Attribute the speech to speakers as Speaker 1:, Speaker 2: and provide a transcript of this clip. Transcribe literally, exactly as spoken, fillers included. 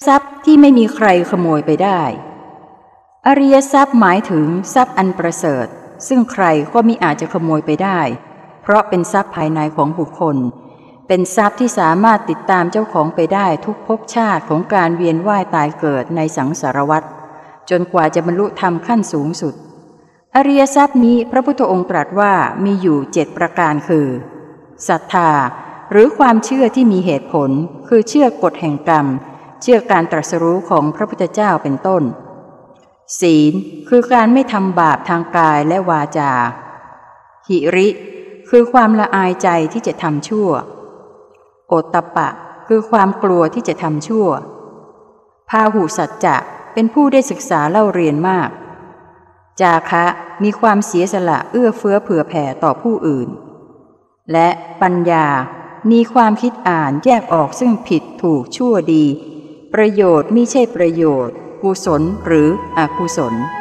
Speaker 1: ทรัพย์ที่ไม่มีใครขโมยไปได้อริยทรัพย์หมายถึงทรัพย์อันประเสริฐซึ่งใครก็มิอาจจะขโมยไปได้เพราะเป็นทรัพย์ภายในของบุคคลเป็นทรัพย์ที่สามารถติดตามเจ้าของไปได้ทุกภพชาติของการเวียนว่ายตายเกิดในสังสารวัฏจนกว่าจะบรรลุธรรมขั้นสูงสุดอริยทรัพย์นี้พระพุทธองค์ตรัสว่ามีอยู่เจ็ดประการคือศรัทธาหรือความเชื่อที่มีเหตุผลคือเชื่อกฎแห่งกรรมเชื่อการตรัสรู้ของพระพุทธเจ้าเป็นต้นศีลคือการไม่ทำบาปทางกายและวาจาหิริคือความละอายใจที่จะทำชั่วโอตตัปปะคือความกลัวที่จะทำชั่วพาหุสัจจะเป็นผู้ได้ศึกษาเล่าเรียนมากจาคะมีความเสียสละเอื้อเฟื้อเผื่อแผ่ต่อผู้อื่นและปัญญามีความคิดอ่านแยกออกซึ่งผิดถูกชั่วดีประโยชน์มิใช่ประโยชน์กุศลหรืออกุศล